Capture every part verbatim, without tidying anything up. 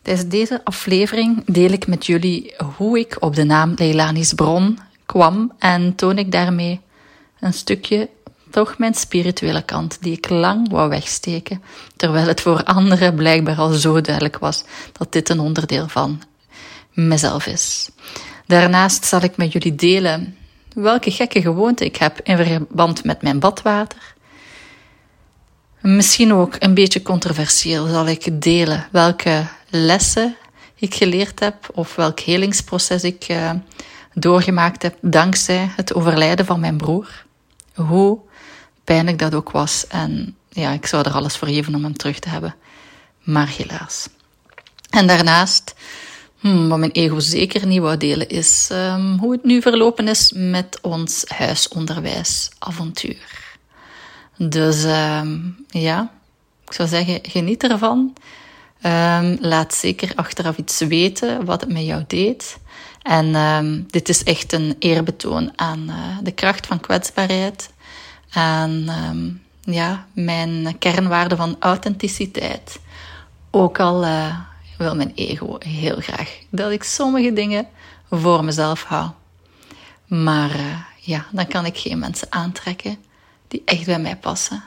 Tijdens deze aflevering deel ik met jullie hoe ik op de naam Leilani's Bron kwam en toon ik daarmee een stukje toch mijn spirituele kant die ik lang wou wegsteken, terwijl het voor anderen blijkbaar al zo duidelijk was dat dit een onderdeel van mezelf is. Daarnaast zal ik met jullie delen welke gekke gewoonte ik heb in verband met mijn badwater. Misschien ook een beetje controversieel zal ik delen welke lessen ik geleerd heb of welk helingsproces ik uh, doorgemaakt heb dankzij het overlijden van mijn broer. Hoe pijnlijk dat ook was en ja, ik zou er alles voor geven om hem terug te hebben, maar helaas. En daarnaast, hmm, wat mijn ego zeker niet wou delen, is um, hoe het nu verlopen is met ons huisonderwijsavontuur. Dus um, ja, ik zou zeggen, geniet ervan. Um, laat zeker achteraf iets weten wat het met jou deed. En um, dit is echt een eerbetoon aan uh, de kracht van kwetsbaarheid. En um, ja, mijn kernwaarde van authenticiteit. Ook al uh, wil mijn ego heel graag dat ik sommige dingen voor mezelf hou. Maar uh, ja, dan kan ik geen mensen aantrekken die echt bij mij passen.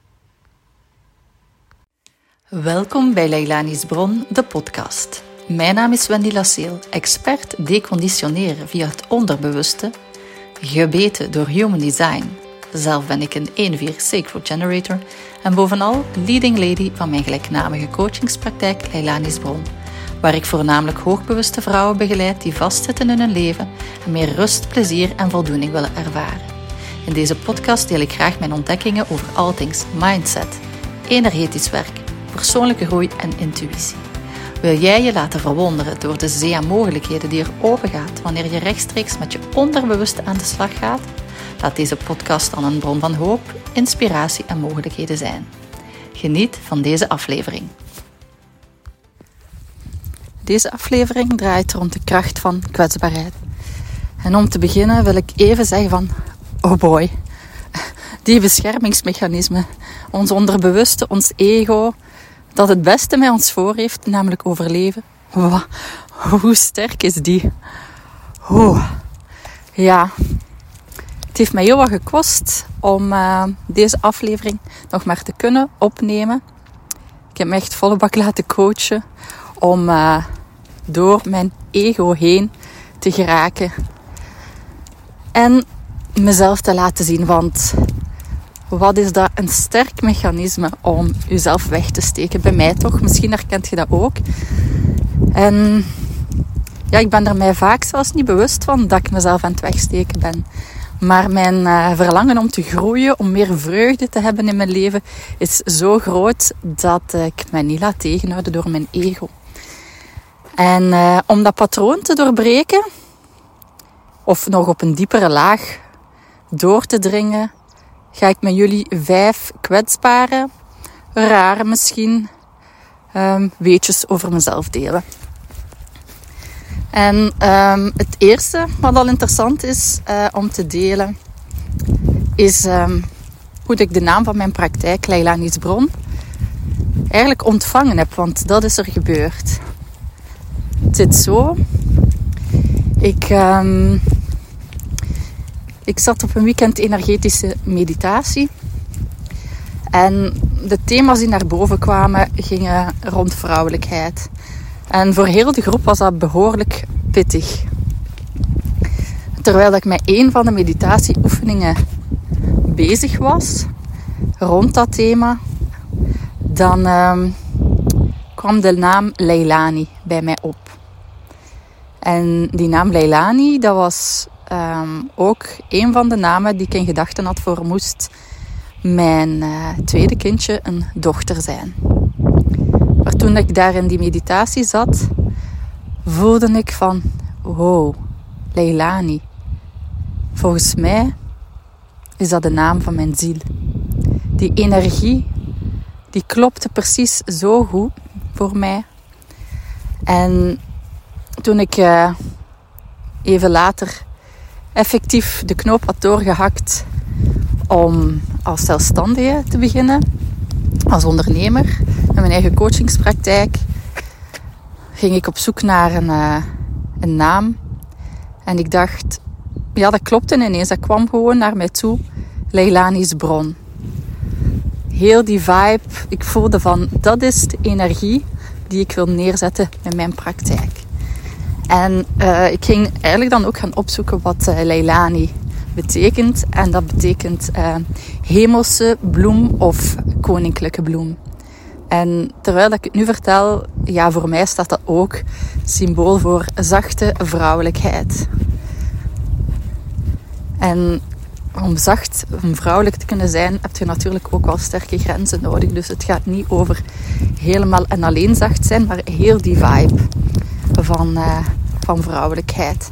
Welkom bij Leilani's Bron, de podcast. Mijn naam is Wendy Lasseel, expert deconditioneren via het onderbewuste, gebeten door Human Design. Zelf ben ik een één vier Sacred Generator en bovenal leading lady van mijn gelijknamige coachingspraktijk Leilani's Bron, waar ik voornamelijk hoogbewuste vrouwen begeleid die vastzitten in hun leven en meer rust, plezier en voldoening willen ervaren. In deze podcast deel ik graag mijn ontdekkingen over all things mindset, energetisch werk, persoonlijke groei en intuïtie. Wil jij je laten verwonderen door de zee aan mogelijkheden die er open gaat wanneer je rechtstreeks met je onderbewuste aan de slag gaat? Laat deze podcast dan een bron van hoop, inspiratie en mogelijkheden zijn. Geniet van deze aflevering. Deze aflevering draait rond de kracht van kwetsbaarheid. En om te beginnen wil ik even zeggen van, oh boy, die beschermingsmechanismen, ons onderbewuste, ons ego, dat het beste met ons voor heeft, namelijk overleven. Wow, hoe sterk is die? Oh, ja, het heeft mij heel wat gekost om uh, deze aflevering nog maar te kunnen opnemen. Ik heb me echt volle bak laten coachen om uh, door mijn ego heen te geraken. En mezelf te laten zien, want wat is dat een sterk mechanisme om jezelf weg te steken? Bij mij toch, misschien herkent je dat ook. En ja, ik ben er mij vaak zelfs niet bewust van dat ik mezelf aan het wegsteken ben. Maar mijn uh, verlangen om te groeien, om meer vreugde te hebben in mijn leven, is zo groot dat uh, ik mij niet laat tegenhouden door mijn ego. En uh, om dat patroon te doorbreken, of nog op een diepere laag door te dringen, ga ik met jullie vijf kwetsbare, rare misschien, um, weetjes over mezelf delen. En um, het eerste wat al interessant is uh, om te delen, is um, hoe ik de naam van mijn praktijk, Leilani's Bron, eigenlijk ontvangen heb, want dat is er gebeurd. Het zit zo. Ik... Um, Ik zat op een weekend energetische meditatie. En de thema's die naar boven kwamen gingen rond vrouwelijkheid. En voor heel de groep was dat behoorlijk pittig. Terwijl ik met een van de meditatieoefeningen bezig was, rond dat thema, dan um, kwam de naam Leilani bij mij op. En die naam Leilani, dat was um, ook een van de namen die ik in gedachten had voor moest mijn uh, tweede kindje een dochter zijn. Maar toen ik daar in die meditatie zat, voelde ik van, wow, Leilani. Volgens mij is dat de naam van mijn ziel. Die energie, die klopte precies zo goed voor mij. En toen ik uh, even later effectief de knoop had doorgehakt om als zelfstandige te beginnen, als ondernemer, met mijn eigen coachingspraktijk, ging ik op zoek naar een, uh, een naam. En ik dacht, ja, dat klopte ineens. Dat kwam gewoon naar mij toe. Leilani's bron. Heel die vibe. Ik voelde van, dat is de energie die ik wil neerzetten in mijn praktijk. En uh, ik ging eigenlijk dan ook gaan opzoeken wat uh, Leilani betekent. En dat betekent uh, hemelse bloem of koninklijke bloem. En terwijl ik het nu vertel, ja, voor mij staat dat ook symbool voor zachte vrouwelijkheid. En om zacht, om vrouwelijk te kunnen zijn, heb je natuurlijk ook wel sterke grenzen nodig. Dus het gaat niet over helemaal en alleen zacht zijn, maar heel die vibe van, uh, van vrouwelijkheid.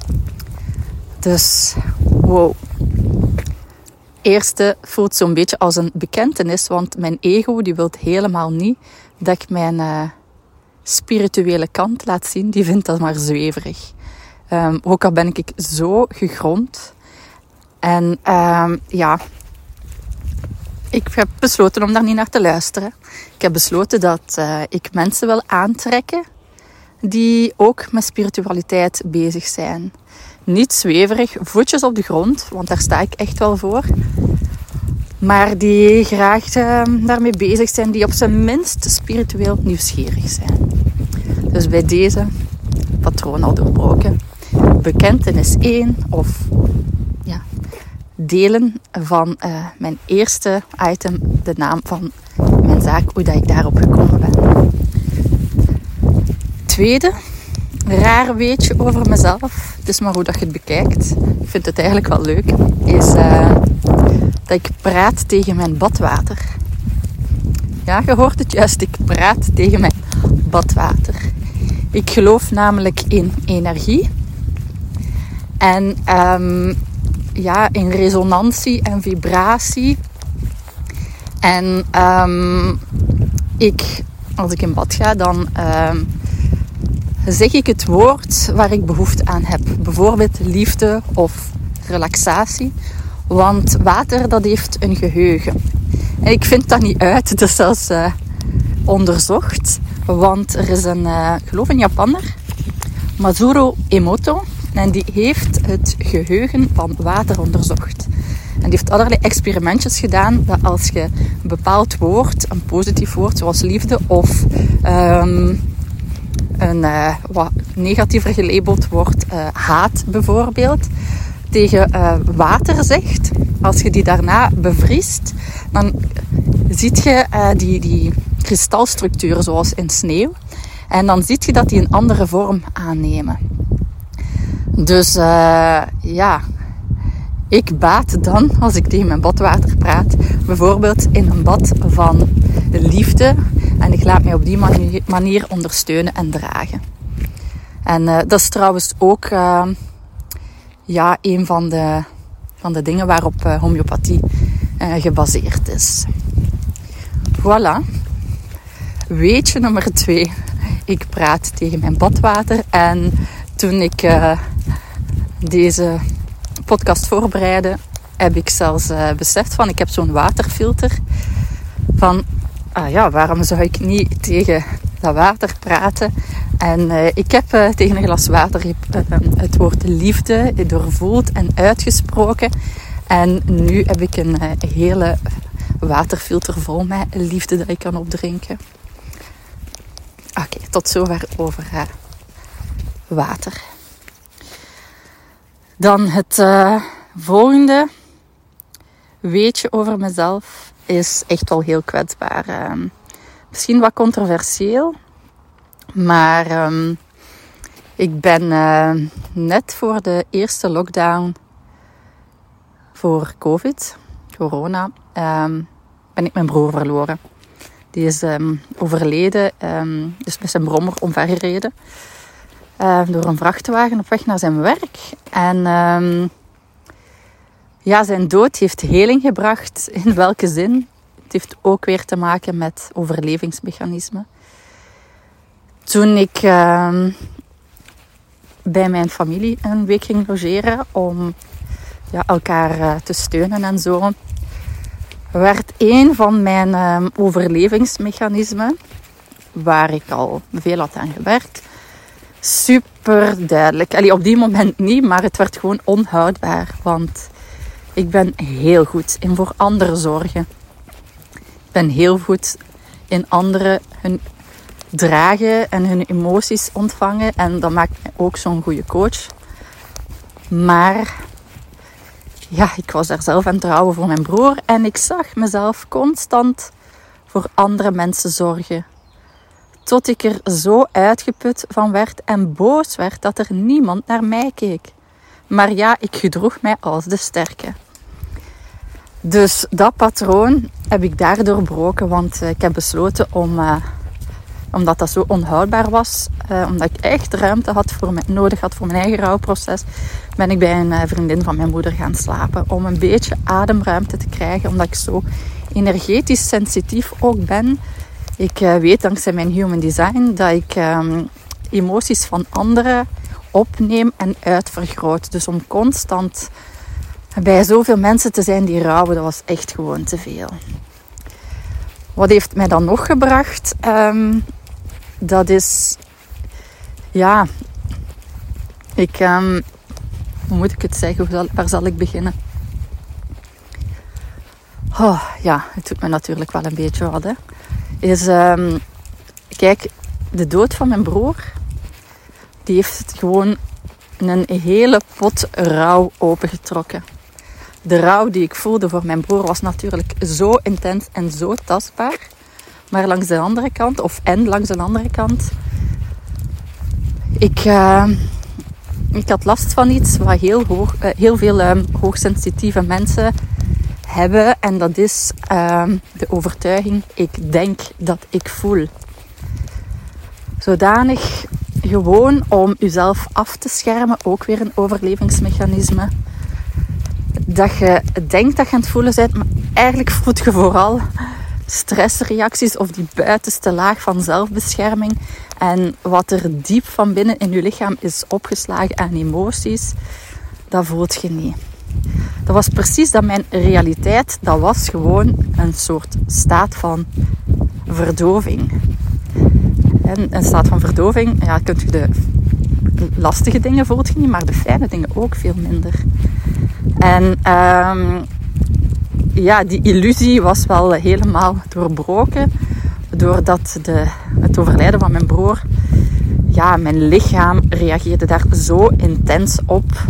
Dus, wow. Eerste voelt zo'n beetje als een bekentenis, want mijn ego die wil helemaal niet dat ik mijn uh, spirituele kant laat zien. Die vindt dat maar zweverig. Um, ook al ben ik zo gegrond. En um, ja, ik heb besloten om daar niet naar te luisteren. Ik heb besloten dat uh, ik mensen wil aantrekken die ook met spiritualiteit bezig zijn. Niet zweverig, voetjes op de grond, want daar sta ik echt wel voor. Maar die graag uh, daarmee bezig zijn, die op zijn minst spiritueel nieuwsgierig zijn. Dus bij deze patroon al doorbroken. Bekentenis één of ja, delen van uh, mijn eerste item, de naam van mijn zaak, hoe dat ik daarop gekomen ben. Tweede, raar weetje over mezelf. Het is maar hoe dat je het bekijkt. Ik vind het eigenlijk wel leuk. Is uh, dat ik praat tegen mijn badwater. Ja, je hoort het juist. Ik praat tegen mijn badwater. Ik geloof namelijk in energie. En um, ja, in resonantie en vibratie. En um, ik, als ik in bad ga, dan um, zeg ik het woord waar ik behoefte aan heb. Bijvoorbeeld liefde of relaxatie. Want water, dat heeft een geheugen. En ik vind dat niet uit. Het is zelfs uh, onderzocht. Want er is een, uh, ik geloof een Japanner, Masaru Emoto. En die heeft het geheugen van water onderzocht. En die heeft allerlei experimentjes gedaan. Dat als je een bepaald woord, een positief woord zoals liefde of um, een uh, wat negatiever gelabeld wordt, uh, haat bijvoorbeeld, tegen uh, water zegt. Als je die daarna bevriest, dan zie je uh, die, die kristalstructuren zoals in sneeuw. En dan zie je dat die een andere vorm aannemen. Dus uh, ja, ik baat dan, als ik tegen mijn badwater praat, bijvoorbeeld in een bad van liefde. En ik laat mij op die manier, manier ondersteunen en dragen. En uh, dat is trouwens ook uh, ja, een van de, van de dingen waarop uh, homeopathie uh, gebaseerd is. Voilà. Weetje nummer twee. Ik praat tegen mijn badwater. En toen ik uh, deze podcast voorbereidde, heb ik zelfs uh, beseft van, ik heb zo'n waterfilter. Van, ah ja, waarom zou ik niet tegen dat water praten? En uh, ik heb uh, tegen een glas water uh, het woord liefde doorvoeld en uitgesproken. En nu heb ik een uh, hele waterfilter vol met liefde dat ik kan opdrinken. Oké, okay, tot zover over uh, water. Dan het uh, volgende weetje over mezelf is echt wel heel kwetsbaar. Uh, misschien wat controversieel, maar um, ik ben uh, net voor de eerste lockdown voor COVID, corona, um, ben ik mijn broer verloren. Die is um, overleden, um, dus met zijn brommer omvergereden. Uh, door een vrachtwagen op weg naar zijn werk. En um, ja, zijn dood heeft heling gebracht. In welke zin? Het heeft ook weer te maken met overlevingsmechanismen. Toen ik uh, bij mijn familie een week ging logeren om ja, elkaar uh, te steunen en zo, werd een van mijn uh, overlevingsmechanismen, waar ik al veel had aan gewerkt. Super duidelijk. Allee, op die moment niet, maar het werd gewoon onhoudbaar. Want ik ben heel goed in voor anderen zorgen. Ik ben heel goed in anderen hun dragen en hun emoties ontvangen. En dat maakt mij ook zo'n goede coach. Maar ja, ik was daar zelf aan het trouwen voor mijn broer. En ik zag mezelf constant voor andere mensen zorgen. Tot ik er zo uitgeput van werd en boos werd dat er niemand naar mij keek. Maar ja, ik gedroeg mij als de sterke. Dus dat patroon heb ik daar doorbroken. Want ik heb besloten om, uh, omdat dat zo onhoudbaar was, uh, omdat ik echt ruimte had voor me, nodig had voor mijn eigen rouwproces, ben ik bij een uh, vriendin van mijn moeder gaan slapen. Om een beetje ademruimte te krijgen, omdat ik zo energetisch sensitief ook ben. Ik uh, weet dankzij mijn human design dat ik um, emoties van anderen opneem en uitvergroot. Dus om constant bij zoveel mensen te zijn die rouwen, dat was echt gewoon te veel. Wat heeft mij dan nog gebracht? Um, dat is... Ja... Ik... Um, hoe moet ik het zeggen? Hoe zal, waar zal ik beginnen? Oh, ja, het doet me natuurlijk wel een beetje wat, hè. Is... Um, kijk, de dood van mijn broer... Die heeft gewoon een hele pot rouw opengetrokken. De rouw die ik voelde voor mijn broer was natuurlijk zo intens en zo tastbaar. Maar langs de andere kant, of en langs de andere kant... Ik, uh, ik had last van iets wat heel, hoog, uh, heel veel um, hoogsensitieve mensen hebben. En dat is uh, de overtuiging, ik denk dat ik voel. Zodanig gewoon om jezelf af te schermen, ook weer een overlevingsmechanisme. Dat je denkt dat je aan het voelen bent, maar eigenlijk voelt je vooral stressreacties of die buitenste laag van zelfbescherming. En wat er diep van binnen in je lichaam is opgeslagen aan emoties, dat voelt je niet. Dat was precies dat mijn realiteit, dat was gewoon een soort staat van verdoving. En een staat van verdoving, ja, kunt je de lastige dingen voelt je niet, maar de fijne dingen ook veel minder. En um, ja, die illusie was wel helemaal doorbroken doordat de, het overlijden van mijn broer, ja, mijn lichaam reageerde daar zo intens op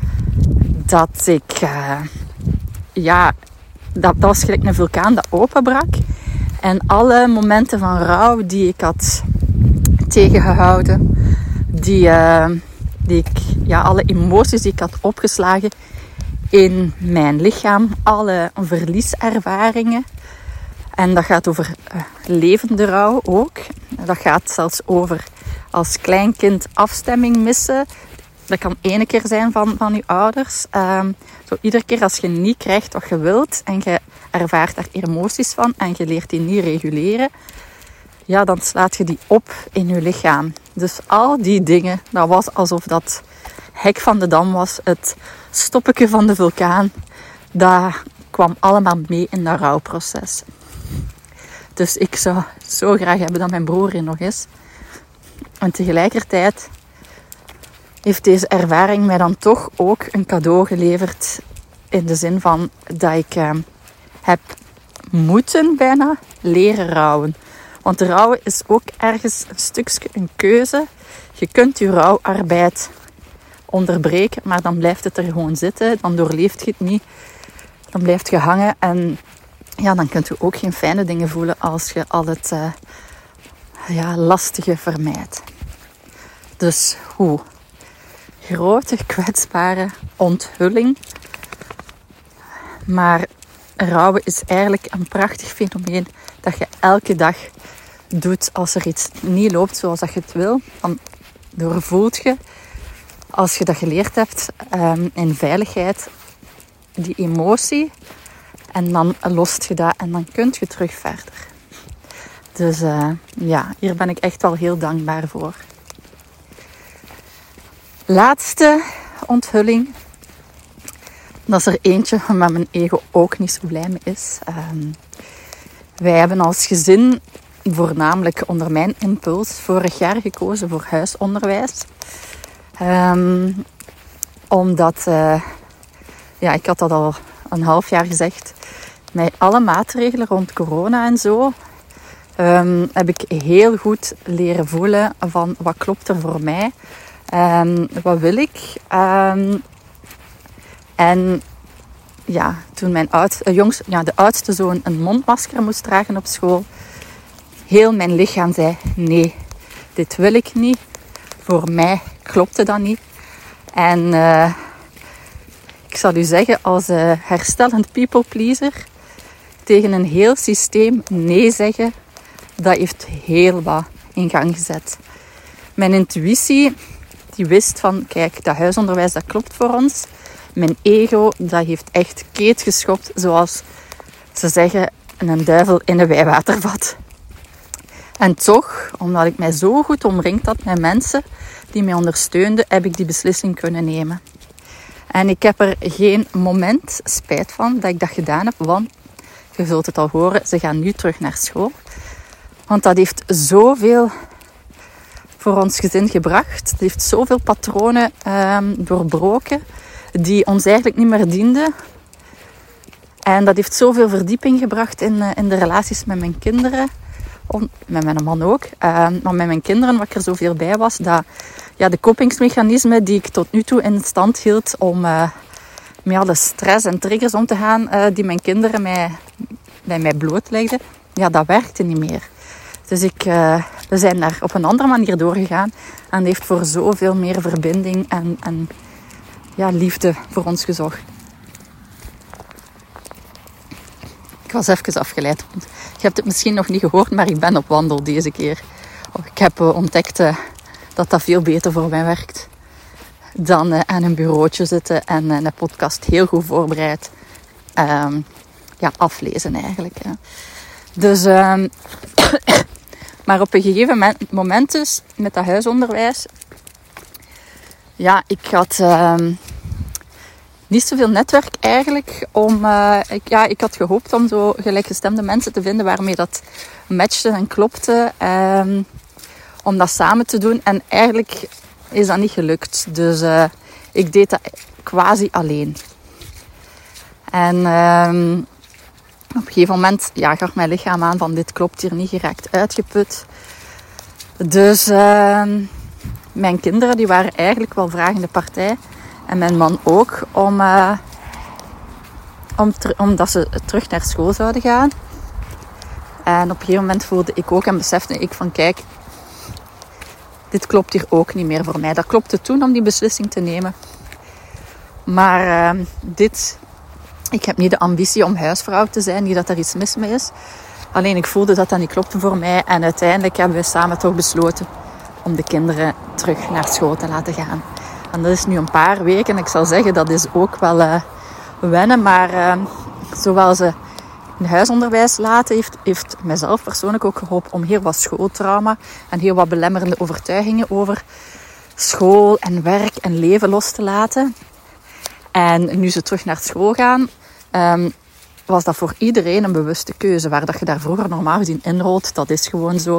dat ik, uh, ja, dat, dat was gelijk een vulkaan dat openbrak. En alle momenten van rouw die ik had tegengehouden, die, uh, die ik, ja, alle emoties die ik had opgeslagen in mijn lichaam, alle verlieservaringen. En dat gaat over uh, levende rouw ook. Dat gaat zelfs over als kleinkind afstemming missen. Dat kan ene keer zijn van, van je ouders. Um, zo iedere keer als je niet krijgt wat je wilt en je ervaart daar emoties van en je leert die niet reguleren, ja, dan slaat je die op in je lichaam. Dus al die dingen, dat was alsof dat hek van de dam was, het stoppetje van de vulkaan, dat kwam allemaal mee in dat rouwproces. Dus ik zou zo graag hebben dat mijn broer er nog is. En tegelijkertijd heeft deze ervaring mij dan toch ook een cadeau geleverd. In de zin van dat ik eh, heb moeten bijna leren rouwen. Want rouwen is ook ergens een stukje een keuze. Je kunt je rouwarbeid onderbreken, maar dan blijft het er gewoon zitten. Dan doorleeft je het niet. Dan blijft je hangen en ja, dan kunt je ook geen fijne dingen voelen als je al het uh, ja, lastige vermijdt. Dus hoe? Grote, kwetsbare onthulling. Maar rouwen is eigenlijk een prachtig fenomeen dat je elke dag doet als er iets niet loopt zoals dat je het wil. Dan doorvoelt je, als je dat geleerd hebt, um, in veiligheid, die emotie. En dan lost je dat en dan kun je terug verder. Dus uh, ja, hier ben ik echt wel heel dankbaar voor. Laatste onthulling. Dat is er eentje waar mijn ego ook niet zo blij mee is. Um, wij hebben als gezin voornamelijk onder mijn impuls vorig jaar gekozen voor huisonderwijs. Um, omdat, uh, ja, ik had dat al een half jaar gezegd, met alle maatregelen rond corona en zo, um, heb ik heel goed leren voelen van wat klopt er voor mij. Um, wat wil ik? Um, en ja, toen mijn oud, uh, jongs, ja, de oudste zoon een mondmasker moest dragen op school, heel mijn lichaam zei, nee, dit wil ik niet. Voor mij klopte dat niet. En uh, ik zal u zeggen, als uh, herstellend people pleaser tegen een heel systeem nee zeggen, dat heeft heel wat in gang gezet. Mijn intuïtie, die wist van, kijk, dat huisonderwijs, dat klopt voor ons. Mijn ego, dat heeft echt keet geschopt, zoals ze zeggen, een duivel in een wijwatervat. En toch, omdat ik mij zo goed omringd had met mensen die mij ondersteunden, heb ik die beslissing kunnen nemen. En ik heb er geen moment spijt van dat ik dat gedaan heb, want je zult het al horen, ze gaan nu terug naar school. Want dat heeft zoveel voor ons gezin gebracht. Het heeft zoveel patronen um, doorbroken die ons eigenlijk niet meer dienden. En dat heeft zoveel verdieping gebracht in, uh, in de relaties met mijn kinderen. Om, met mijn man ook. Uh, maar met mijn kinderen, wat ik er zoveel bij was, dat ja, de kopingsmechanismen die ik tot nu toe in stand hield om uh, met alle stress en triggers om te gaan, uh, die mijn kinderen mij, bij mij blootlegden, ja, dat werkte niet meer. Dus ik, uh, we zijn daar op een andere manier doorgegaan en heeft voor zoveel meer verbinding en, en ja, liefde voor ons gezorgd. Ik was even afgeleid. Je hebt het misschien nog niet gehoord, maar ik ben op wandel deze keer. Ik heb uh, ontdekt uh, dat dat veel beter voor mij werkt dan uh, aan een bureautje zitten en uh, een podcast heel goed voorbereid um, ja, aflezen eigenlijk. Hè. Dus, um, maar op een gegeven moment dus, met dat huisonderwijs, ja, ik had um, niet zoveel netwerk eigenlijk. Om, uh, ik, ja, ik had gehoopt om zo gelijkgestemde mensen te vinden waarmee dat matchte en klopte. Um, om dat samen te doen. En eigenlijk is dat niet gelukt. Dus uh, ik deed dat quasi alleen. En um, op een gegeven moment ja, gaf mijn lichaam aan van dit klopt hier niet, geraakt uitgeput. Dus uh, mijn kinderen die waren eigenlijk wel vragende partij. En mijn man ook. Om, uh, om ter, omdat ze terug naar school zouden gaan. En op een gegeven moment voelde ik ook en besefte ik van kijk, dit klopt hier ook niet meer voor mij. Dat klopte toen om die beslissing te nemen. Maar uh, dit, ik heb niet de ambitie om huisvrouw te zijn. Niet dat er iets mis mee is. Alleen ik voelde dat dat niet klopte voor mij. En uiteindelijk hebben we samen toch besloten om de kinderen terug naar school te laten gaan. En dat is nu een paar weken. En ik zal zeggen, dat is ook wel uh, wennen. Maar uh, zowel ze in huisonderwijs laten, heeft, heeft mijzelf persoonlijk ook geholpen om heel wat schooltrauma en heel wat belemmerende overtuigingen over school en werk en leven los te laten. En nu ze terug naar school gaan, um, was dat voor iedereen een bewuste keuze. Waar dat je daar vroeger normaal gezien inrolt, dat is gewoon zo.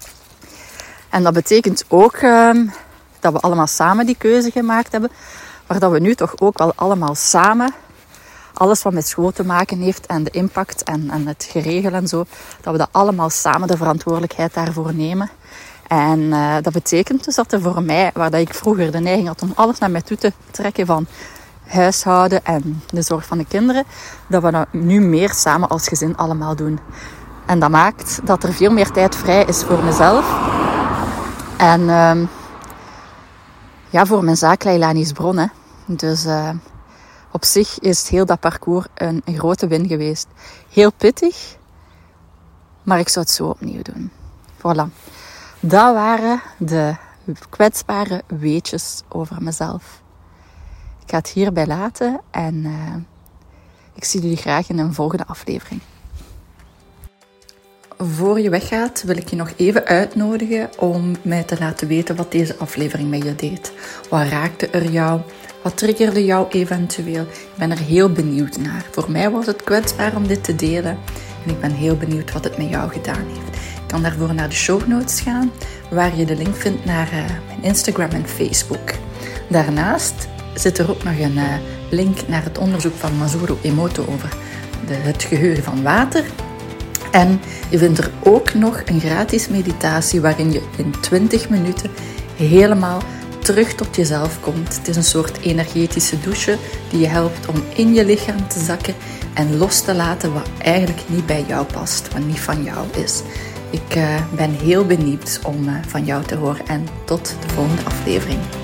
En dat betekent ook um, dat we allemaal samen die keuze gemaakt hebben. Maar dat we nu toch ook wel allemaal samen alles wat met school te maken heeft en de impact en, en het geregel en zo, dat we dat allemaal samen de verantwoordelijkheid daarvoor nemen. En uh, dat betekent dus dat er voor mij, waar dat ik vroeger de neiging had om alles naar mij toe te trekken van huishouden en de zorg van de kinderen, dat we dat nu meer samen als gezin allemaal doen. En dat maakt dat er veel meer tijd vrij is voor mezelf. En uh, ja, voor mijn zaak Leilani's Bron. Hè. Dus uh, op zich is heel dat parcours een, een grote win geweest. Heel pittig, maar ik zou het zo opnieuw doen. Voilà. Dat waren de kwetsbare weetjes over mezelf. Ik ga het hierbij laten en uh, ik zie jullie graag in een volgende aflevering. Voor je weggaat wil ik je nog even uitnodigen om mij te laten weten wat deze aflevering met je deed. Wat raakte er jou? Wat triggerde jou eventueel? Ik ben er heel benieuwd naar. Voor mij was het kwetsbaar om dit te delen en ik ben heel benieuwd wat het met jou gedaan heeft. kan daarvoor naar de show notes gaan, waar je de link vindt naar uh, mijn Instagram en Facebook. Daarnaast zit er ook nog een uh, link naar het onderzoek van Masaru Emoto over de, het geheugen van water. En je vindt er ook nog een gratis meditatie waarin je in twintig minuten helemaal terug tot jezelf komt. Het is een soort energetische douche die je helpt om in je lichaam te zakken en los te laten wat eigenlijk niet bij jou past, wat niet van jou is. Ik uh, ben heel benieuwd om uh, van jou te horen en tot de volgende aflevering.